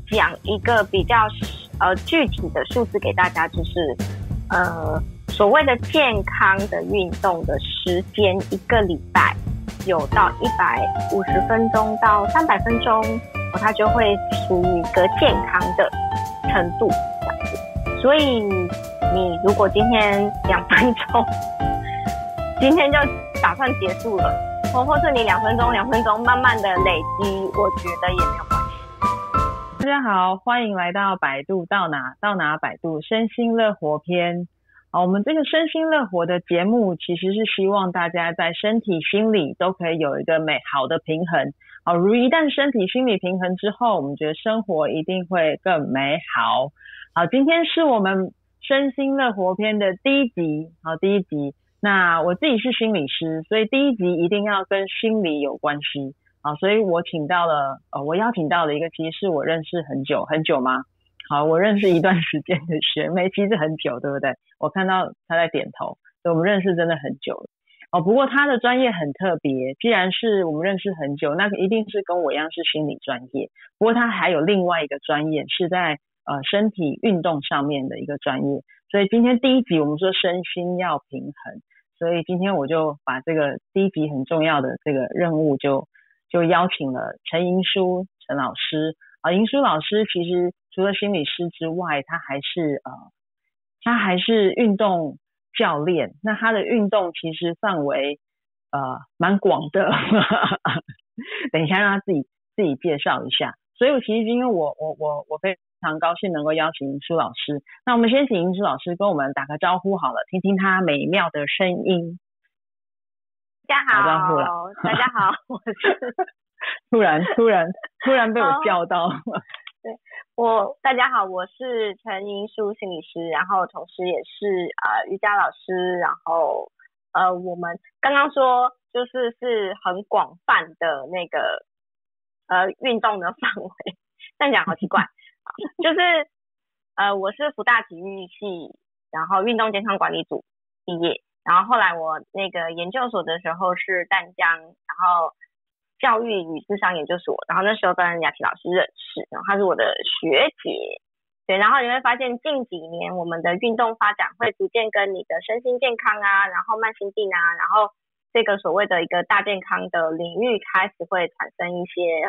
讲一个比较具体的数字给大家，就是所谓的健康的运动的时间，一个礼拜有到150分钟到300分钟，它就会属于一个健康的程度这样子。所以你如果今天2分钟，今天就打算结束了，或是你2分钟慢慢的累积，我觉得也没有关系。 大家好，欢迎来到百度到哪百度身心乐活篇。我们这个身心乐活的节目其实是希望大家在身体心理都可以有一个美好的平衡。如一旦身体心理平衡之后，我们觉得生活一定会更美好。今天是我们身心乐活篇的第一集。那我自己是心理师，所以第一集一定要跟心理有关系。所以我邀请到了一个，其实是我认识很久吗？我认识一段时间的学妹，其实很久，对不对？我看到她在点头，所以我们认识真的很久了。不过她的专业很特别，既然是我们认识很久，那一定是跟我一样是心理专业。不过她还有另外一个专业，是在身体运动上面的一个专业。所以今天第一集我们说身心要平衡，所以今天我就把这个第一集很重要的这个任务就邀请了陈银书陈老师。银书老师其实除了心理师之外，他还是运动教练。那他的运动其实范围蛮广的等一下让他自己介绍一下。所以其实今天我非常高兴能够邀请银书老师。那我们先请银书老师跟我们打个招呼好了，听听他美妙的声音。 大家好，大家好，我是突然被我叫到对，大家好，我是陈银书心理师，然后同时也是瑜伽老师，然后我们刚刚说是很广泛的那个运动的范围，这样讲好奇怪就是我是福大体育系，然后运动健康管理组毕业，然后后来我那个研究所的时候是淡江，然后教育与諮商研究所，然后那时候跟雅琪老师认识，然后她是我的学姐。对，然后你会发现近几年我们的运动发展会逐渐跟你的身心健康啊，然后慢性病啊，然后这个所谓的一个大健康的领域开始会产生一些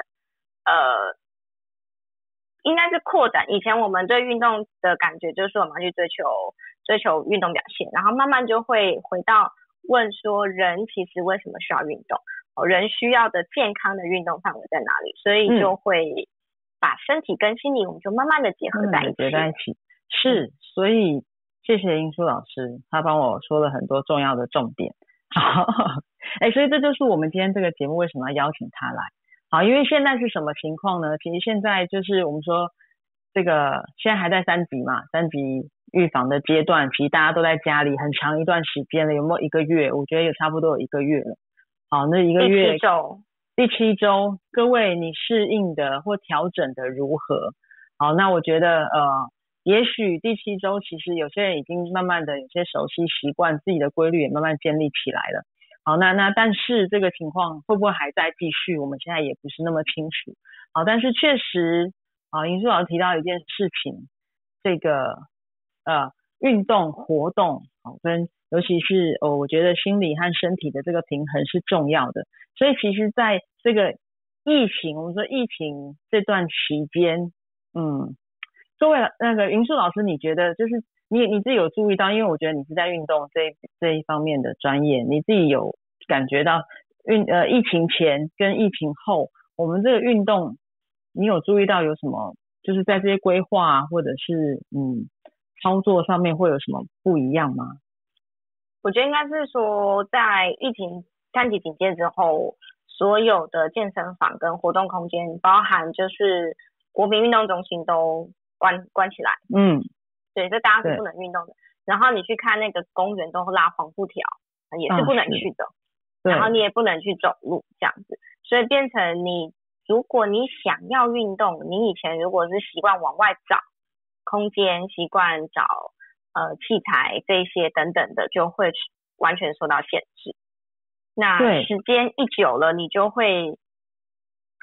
应该是扩展。以前我们对运动的感觉就是我们要去追求运动表现，然后慢慢就会回到问说人其实为什么需要运动，人需要的健康的运动范围在哪里，所以就会把身体跟心理我们就慢慢的结合在一起。 是，所以谢谢银书老师，他帮我说了很多重要的重点。好所以这就是我们今天这个节目为什么要邀请他来。好，因为现在是什么情况呢？其实现在就是我们说这个现在还在3级嘛，3级预防的阶段，其实大家都在家里很长一段时间了，有没有1个月？我觉得也差不多有1个月了。好，那1个月第7周，各位你适应的或调整的如何？好，那我觉得也许第7周其实有些人已经慢慢的有些熟悉习惯，自己的规律也慢慢建立起来了。好，那但是这个情况会不会还在继续，我们现在也不是那么清楚。好，但是确实银书老师提到一件事情，这个运动活动跟尤其是我觉得心理和身体的这个平衡是重要的。所以其实在这个我们说疫情这段期间，各位那个银书老师，你觉得就是你自己有注意到，因为我觉得你是在运动这一方面的专业，你自己有感觉到疫情前跟疫情后，我们这个运动你有注意到有什么就是在这些规划或者是操作上面会有什么不一样吗？ 我觉得应该是说在疫情3级警戒之后，所有的健身房跟活动空间，包含就是国民运动中心都关起来。对，这大家是不能运动的。然后你去看那个公园都拉黄布条，也是不能去的。然后你也不能去走路这样子，所以变成如果你想要运动，你以前如果是习惯往外找空间，习惯找器材这些等等的，就会完全受到限制。那时间一久了，你就会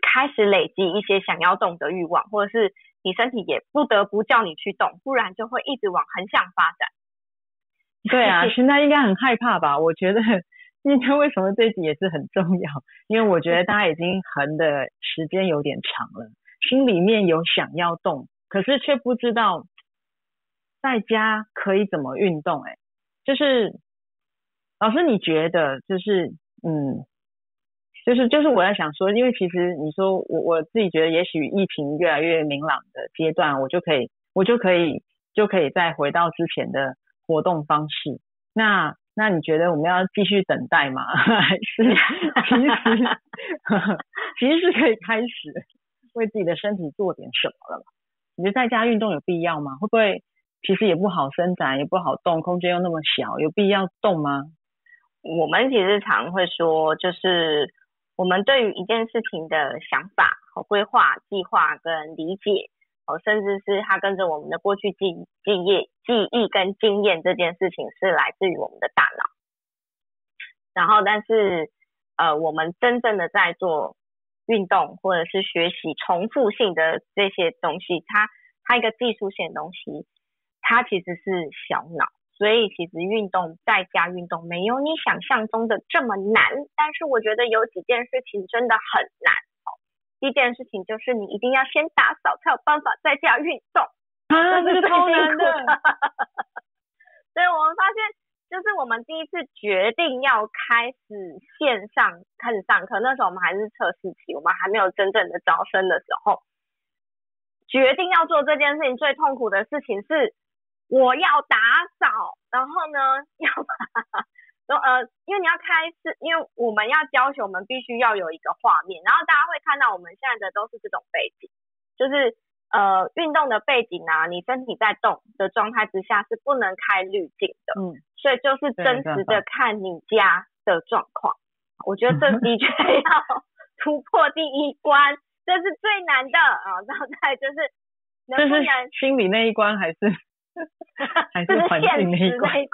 开始累积一些想要动的欲望，或者是你身体也不得不叫你去动，不然就会一直往横向发展。 对啊，现在应该很害怕吧？我觉得今天为什么这一集也是很重要，因为我觉得大家已经横的时间有点长了，心里面有想要动，可是却不知道在家可以怎么运动。就是老师你觉得就是就是我在想说，因为其实你说我自己觉得也许疫情越来越明朗的阶段，我就可以再回到之前的活动方式。那你觉得我们要继续等待吗？还是其实是可以开始为自己的身体做点什么了嘛？你觉得在家运动有必要吗？会不会其实也不好伸展，也不好动，空间又那么小，有必要动吗？ 我们其实常会说，就是我们对于一件事情的想法、规划、计划跟理解，甚至是它跟着我们的过去记忆跟经验，这件事情是来自于我们的大脑。然后，但是我们真正的在做运动或者是学习重复性的这些东西，它一个技术性的东西，它其实是小脑。所以其实在家运动没有你想象中的这么难，但是我觉得有几件事情真的很难。第一件事情就是你一定要先打扫才有办法在家运动啊，这个超难的。 所以我们发现，就是我们第一次决定要开始线上开始上课，那时候我们还是测试期，我们还没有真正的招生的时候，决定要做这件事情最痛苦的事情是我要打扫，然后呢要把因为你要开始，因为我们要教学，我们必须要有一个画面，然后大家会看到我们现在的都是这种背景，就是运动的背景啊，你身体在动的状态之下是不能开滤镜的，所以就是真实的看你家的状况。我觉得这的确要突破第一关，这是最难的啊。然后再就是能不能， 这是心理那一关还是环境那一关？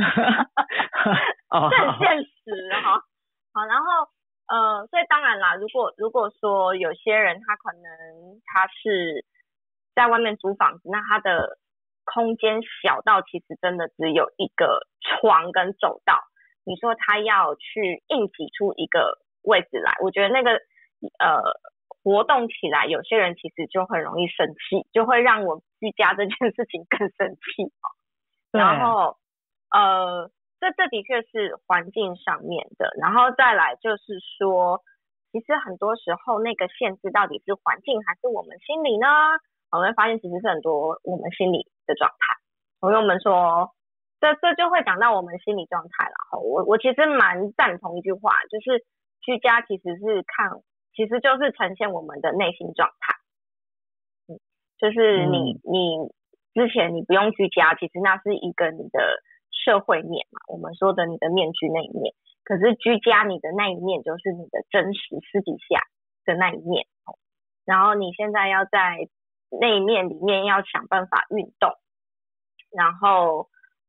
这很现实哈。好，然后所以当然啦，如果说有些人他可能他是在外面租房子，那他的空间小到其实真的只有一个床跟走道，你说他要去硬挤出一个位置来，我觉得那个活动起来，有些人其实就很容易生气，就会让我居家这件事情更生气。然后这的确是环境上面的，然后再来就是说，其实很多时候那个限制到底是环境还是我们心理呢？我会发现其实是很多我们心理的状态。所以我们说这就会讲到我们心理状态了。我其实蛮赞同一句话，就是居家其实就是呈现我们的内心状态。就是你之前你不用居家，其实那是一个你的社会面嘛，我们说的你的面具那一面。可是居家你的那一面就是你的真实私底下的那一面。然后你现在要在那一面里面要想办法运动。然后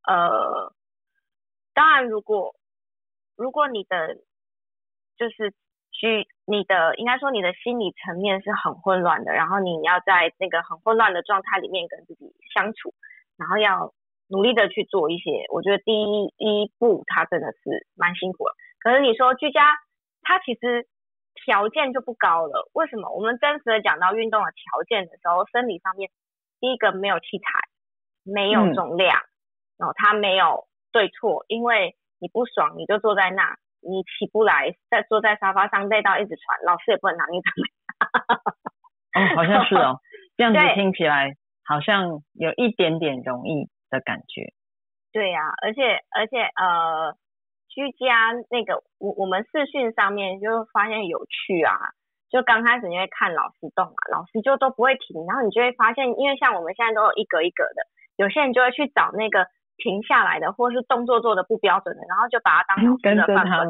当然如果你的就是你的应该说你的心理层面是很混乱的，然后你要在那个很混乱的状态里面跟自己相处，然后要努力的去做一些，我觉得第一步它真的是蛮辛苦的。可是你说居家它其实条件就不高了，为什么？我们真实的讲到运动的条件的时候，生理上面第一个没有器材，没有重量，然后它没有对错，因为你不爽你就坐在那，你起不来，坐在沙发上累到一直喘，老师也不能拿你怎么样。好像是哦，这样子听起来好像有一点点容易的感觉。 对啊，而且居家那个我们视讯上面就发现有趣啊，就刚开始你会看老师动嘛，老师就都不会停，然后你就会发现，因为像我们现在都有一格一格的，有些人就会去找那个停下来的，或是动作做的不标准的，然后就把它当老师的范本。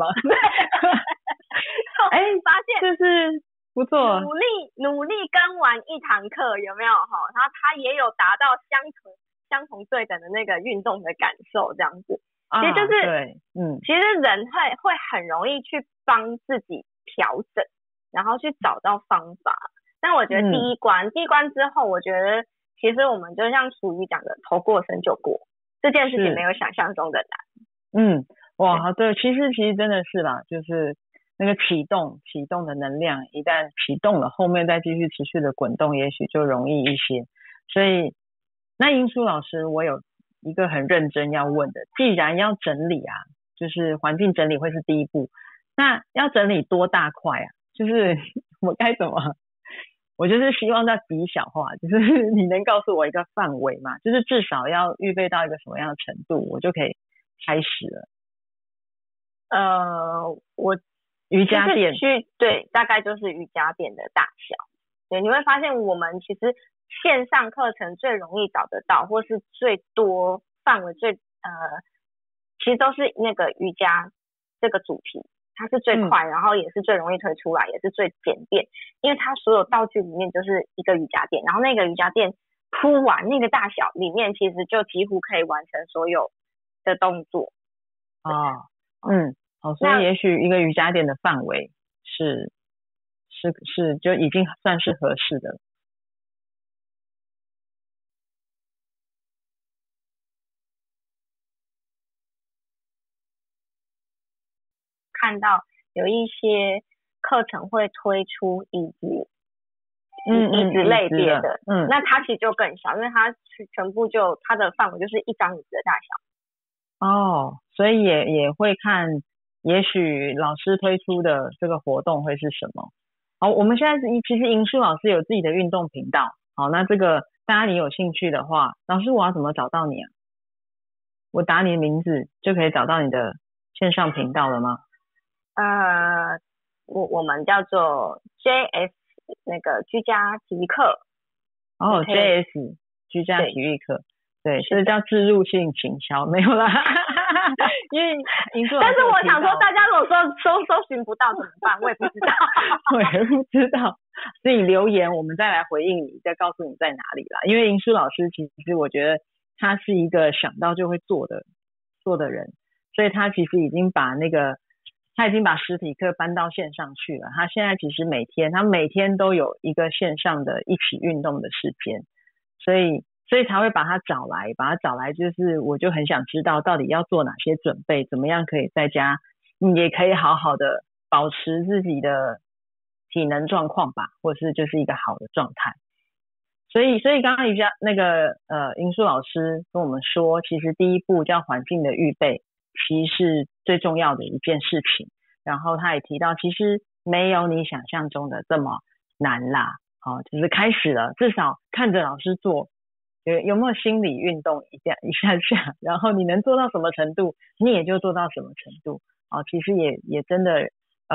发现就是不错， 努力跟完一堂课有没有哈？然后他也有达到相同对等的那个运动的感受，这样子。其实就是， 对， 其实人会很容易去帮自己调整， 然后去找到方法。但我觉得第一关之后，我觉得其实我们就像俗语讲的，头过身就过，这件事情没有想象中的难。哇，对，其实真的是啦，就是那个启动的能量，一旦启动了，后面再继续持续的滚动，也许就容易一些。所以，那英舒老师，我有一个很认真要问的，既然要整理啊，就是环境整理会是第一步，那要整理多大块啊？就是我该怎么？我就是希望在极小化，就是你能告诉我一个范围嘛？就是至少要预备到一个什么样的程度，我就可以开始了。 我瑜伽垫对，大概就是瑜伽垫的大小。对，你会发现我们其实线上课程最容易找得到，或是最多范围其实都是那个瑜伽这个主题，它是最快，然后也是最容易推出来，也是最简便，因为它所有道具里面就是一个瑜伽垫，然后那个瑜伽垫铺完那个大小里面，其实就几乎可以完成所有的动作。 所以也许一个瑜伽垫的范围是就已经算是合适的。 看到有一些课程会推出椅子类别的，那它其实就更小，因为它全部它的范围就是一张椅子的大小。所以也会看，也许老师推出的这个活动会是什么。好，我们现在其实英舒老师有自己的运动频道。好，那这个大家你有兴趣的话，老师我要怎么找到你啊？我打你的名字就可以找到你的线上频道了吗？ 我们叫做 JS 那个居家体育课。 JS 居家体育课，对，这叫置入性行销，没有啦。因为但是我想说，大家如果搜寻不到怎么办？我也不知道。 我也不知道，所以留言我们再来回应你，再告诉你在哪里啦。因为英舒老师其实我觉得他是一个想到就会做的人，所以他其实已经把实体课搬到线上去了。他现在其实他每天都有一个线上的一起运动的时间，所以才会把他找来，就是我就很想知道到底要做哪些准备，怎么样可以在家也可以好好的保持自己的体能状况吧，或是就是一个好的状态。所以刚刚英舒老师跟我们说，其实第一步叫环境的预备，其实是最重要的一件事情。然后他也提到，其实没有你想象中的这么难啦。就是开始了，至少看着老师做，有没有心理运动一下下，然后你能做到什么程度，你也就做到什么程度。其实也真的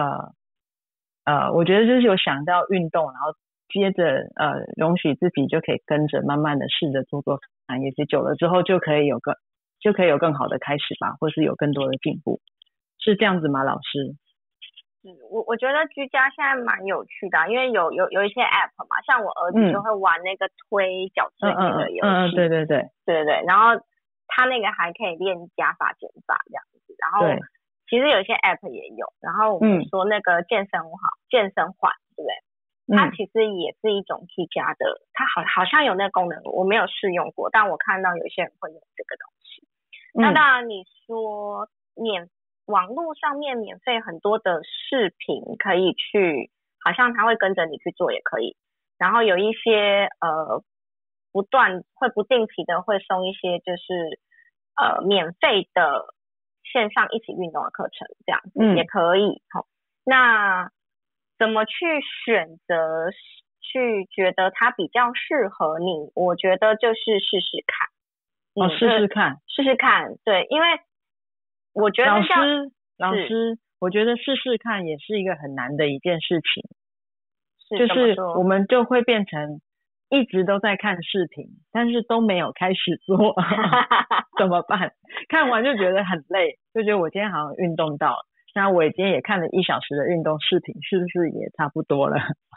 我觉得就是有想到运动，然后接着容许自己就可以跟着慢慢的试着做看，也许久了之后就可以有更好的开始吧，或是有更多的进步，是这样子吗，老师？ 我觉得居家现在蛮有趣的，因为有一些 app 嘛，像我儿子就会玩那个推角碎那个游戏，对，然后他那个还可以练加法减法这样子，然后其实有些 app 也有，然后我们说那个健身环，对不对？它其实也是一种居家的，它好像有那个功能，我没有试用过，但我看到有些人会用这个东西。那当然你说网络上面免费很多的视频可以去，好像他会跟着你去做也可以，然后有一些不定期的会送一些就是免费的线上一起运动的课程，这样子也可以。那怎么去选择去觉得它比较适合你？我觉得就是试试看。试试看，对，因为我觉得老师，我觉得试试看也是一个很难的一件事情，就是我们就会变成一直都在看视频，但是都没有开始做，怎么办？看完就觉得很累，就觉得我今天好像运动到了，那我今天也看了1小时的运动视频，是不是也差不多了？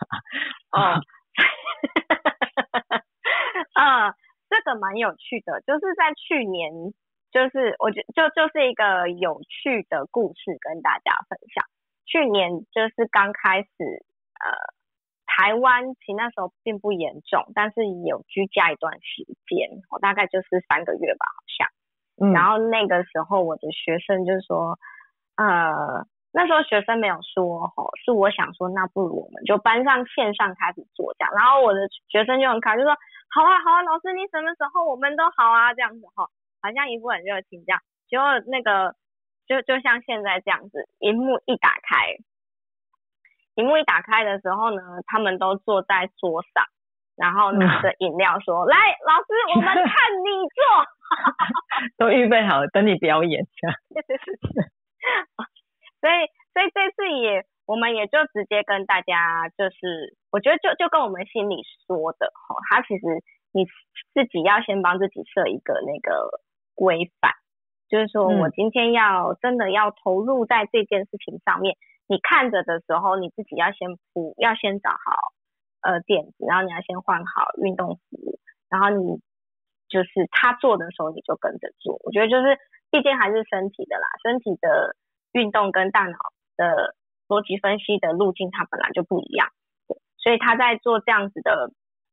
这个蛮有趣的，就是在去年，就是我觉得就是一个有趣的故事跟大家分享。去年就是刚开始台湾其实那时候并不严重，但是有居家一段时间，大概就是3个月吧，好像。然后那个时候我的学生就说，那时候学生没有说，是我想说，那不如我们就搬上线上开始做这样。然后我的学生就很开心，就说好啊好啊，老师你什么时候我们都好啊这样子好像一副很热情这样。结果那个就像现在这样子，荧幕一打开的时候呢，他们都坐在桌上，然后拿着饮料说，来老师我们看你做都预备好了等你表演这样。 所以这次我们也就直接跟大家，就是我觉得就跟我们心里说的他其实你自己要先帮自己设一个那个规范，就是说我今天真的要投入在这件事情上面，你看着的时候你自己要先找好垫子，然后你要先换好运动服，然后你就是他做的时候你就跟着做。我觉得就是毕竟还是身体的啦，身体的运动跟大脑的逻辑分析的路径它本来就不一样，所以他在做这样子的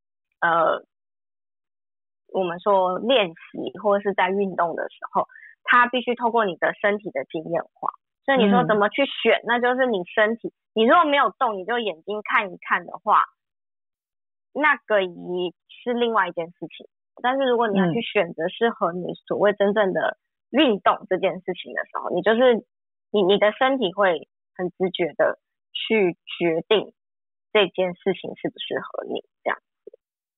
我们说练习或者是在运动的时候，他必须透过你的身体的经验化。所以你说怎么去选，那就是你身体，你如果没有动，你就眼睛看一看的话，那个也是另外一件事情。但是如果你要去选择适合你所谓真正的运动这件事情的时候，你就是你的身体会很直觉的去决定这件事情适不适合你这样子。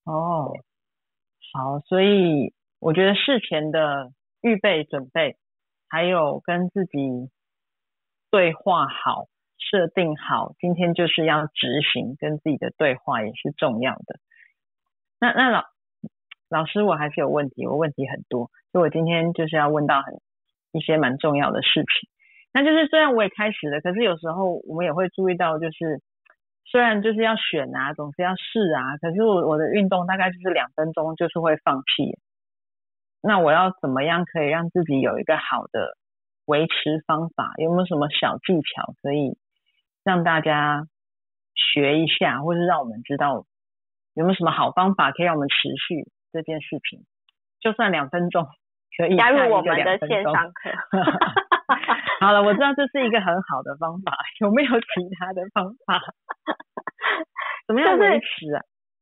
好，所以我觉得事前的预备准备，还有跟自己对话好，设定好今天就是要执行，跟自己的对话也是重要的。那老师我还是有问题，我问题很多，所以我今天就是要问到一些蛮重要的事情。那就是虽然我也开始了，可是有时候我们也会注意到，就是虽然就是要选啊，总是要试啊，可是我的运动大概就是2分钟就是会放弃。那我要怎么样可以让自己有一个好的维持方法？有没有什么小技巧可以让大家学一下，或是让我们知道有没有什么好方法可以让我们持续这件事情？就算2分钟可以加入我们的线上课。 好了，我知道这是一个很好的方法，有没有其他的方法？怎么样维持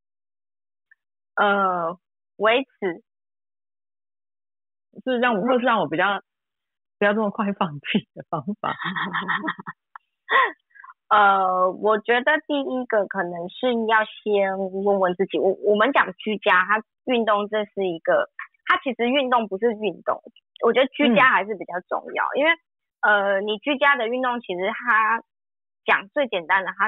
啊？ 维持是让我比较不要这么快放弃的方法。 我觉得第一个可能是要先问问自己，我们讲居家，它运动这是一个，它其实运动不是运动，我觉得居家还是比较重要，因为你居家的运动其实它讲最简单的，它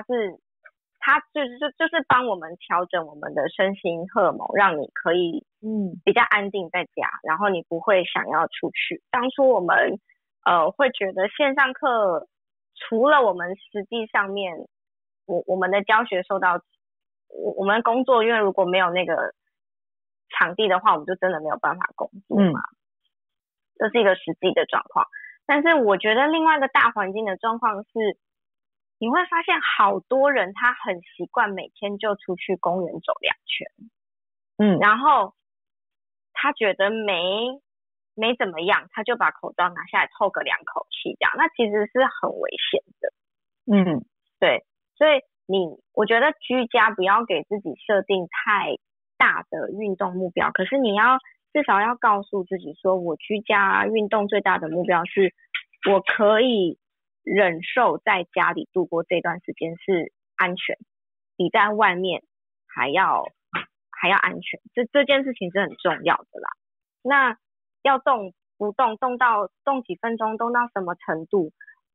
就是帮我们调整我们的身心荷尔蒙，让你可以比较安定在家，然后你不会想要出去。当初我们会觉得线上课除了我们实际上面我们的教学受到我们工作，因为如果没有那个场地的话，我们就真的没有办法工作嘛，这是一个实际的状况。但是我觉得另外一个大环境的状况是，你会发现好多人他很习惯每天就出去公园走2圈，然后他觉得没怎么样，他就把口罩拿下来透个2口气这样，那其实是很危险的。对，所以我觉得居家不要给自己设定太大的运动目标，可是你要至少要告诉自己说，我居家运动最大的目标是我可以忍受在家里度过这段时间是安全，比在外面还要安全，这件事情是很重要的啦。那要动不动，动几分钟，动到什么程度，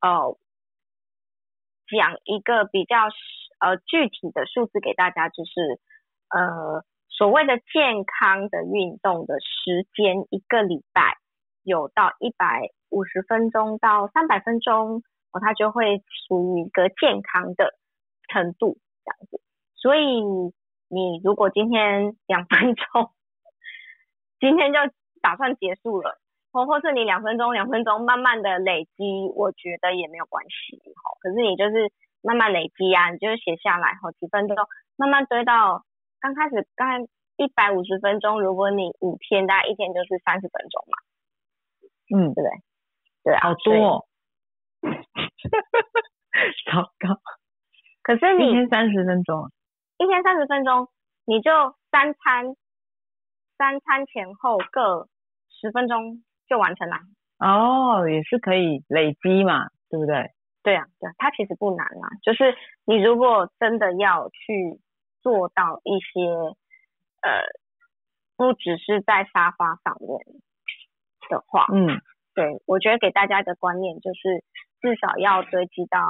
讲一个比较具体的数字给大家，就是所谓的健康的运动的时间，一个礼拜有到150分钟到300分钟，它就会属于一个健康的程度这样子。所以你如果今天2分钟，今天就打算结束了，或是你2分钟慢慢的累积，我觉得也没有关系。可是你就是慢慢累积啊，你就写下来几分钟，慢慢堆到刚才150分钟，如果你5天，大概一天就是30分钟嘛，对不对？对啊， 好多哦，糟糕。 可是你一天30分钟， 一天30分钟，你就三餐前后各10分钟就完成了。 哦，也是可以累积嘛，对不对？ 对啊，它其实不难啦，就是你如果真的要去做到一些不只是在沙发上面的话，对，我觉得给大家一个观念就是至少要堆积到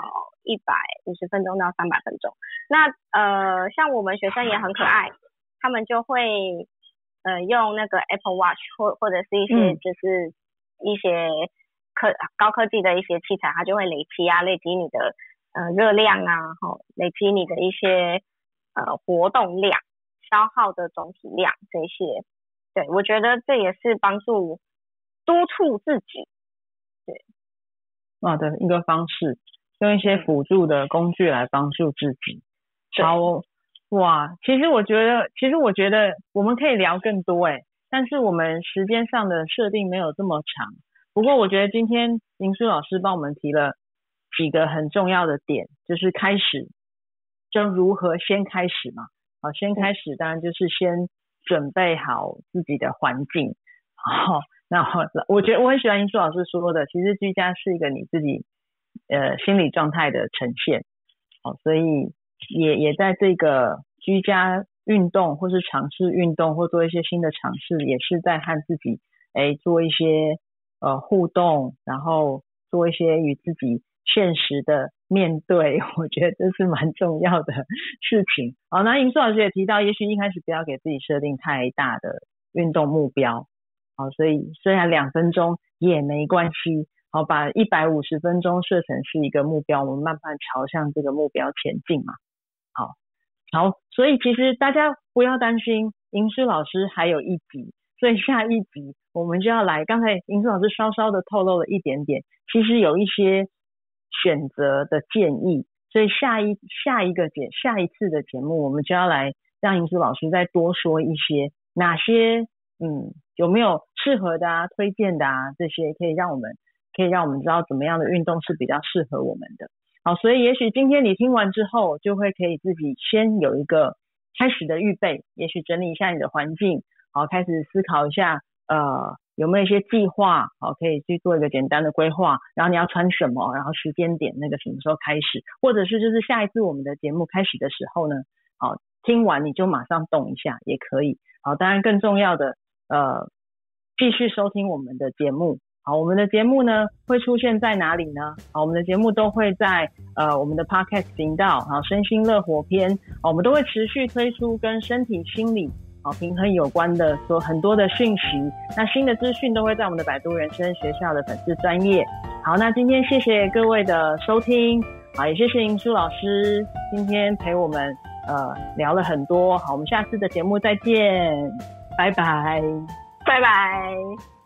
150分钟到300分钟。那像我们学生也很可爱，他们就会用那个 Apple Watch 或者是一些就是一些高科技的一些器材，它就会累积你的热量啊，累积你的一些活动量、消耗的总体量这些。对，我觉得这也是帮助督促自己。对， 的一个方式，用一些辅助的工具来帮助自己。好哦，哇，其实我觉得我们可以聊更多但是我们时间上的设定没有这么长。不过我觉得今天林书老师帮我们提了几个很重要的点，就是开始，就如何先开始嘛。好，先开始当然就是先准备好自己的环境。好，那我觉得我很喜欢林书老师说的，其实居家是一个你自己心理状态的呈现。好，所以也在这个居家运动或是尝试运动或做一些新的尝试，也是在和自己做一些互动，然后做一些与自己现实的面对，我觉得这是蛮重要的事情。好，那林书老师也提到，也许一开始不要给自己设定太大的运动目标。好，所以虽然2分钟也没关系，好，把150分钟设成是一个目标，我们慢慢朝向这个目标前进嘛。好，所以其实大家不要担心，林书老师还有一集，所以下一集我们就要来，刚才林书老师稍稍的透露了一点点，其实有一些选择的建议，所以下一次的节目我们就要来让林书老师再多说一些哪些有没有适合的啊、推荐的啊，这些可以让我们知道怎么样的运动是比较适合我们的。好，所以也许今天你听完之后，就会可以自己先有一个开始的预备，也许整理一下你的环境，好，开始思考一下有没有一些计划，好，可以去做一个简单的规划，然后你要穿什么，然后时间点那个什么时候开始，或者是就是下一次我们的节目开始的时候呢，好，听完你就马上动一下也可以。好，当然更重要的继续收听我们的节目。好，我们的节目呢会出现在哪里呢？好，我们的节目都会在我们的 Podcast 频道，好，身心乐活篇，好，我们都会持续推出跟身体心理好平衡有关的很多的讯息。那新的资讯都会在我们的摆渡人生学校的粉丝专页。好，那今天谢谢各位的收听，好，也谢谢林书老师今天陪我们聊了很多。好，我们下次的节目再见，拜拜， 拜拜。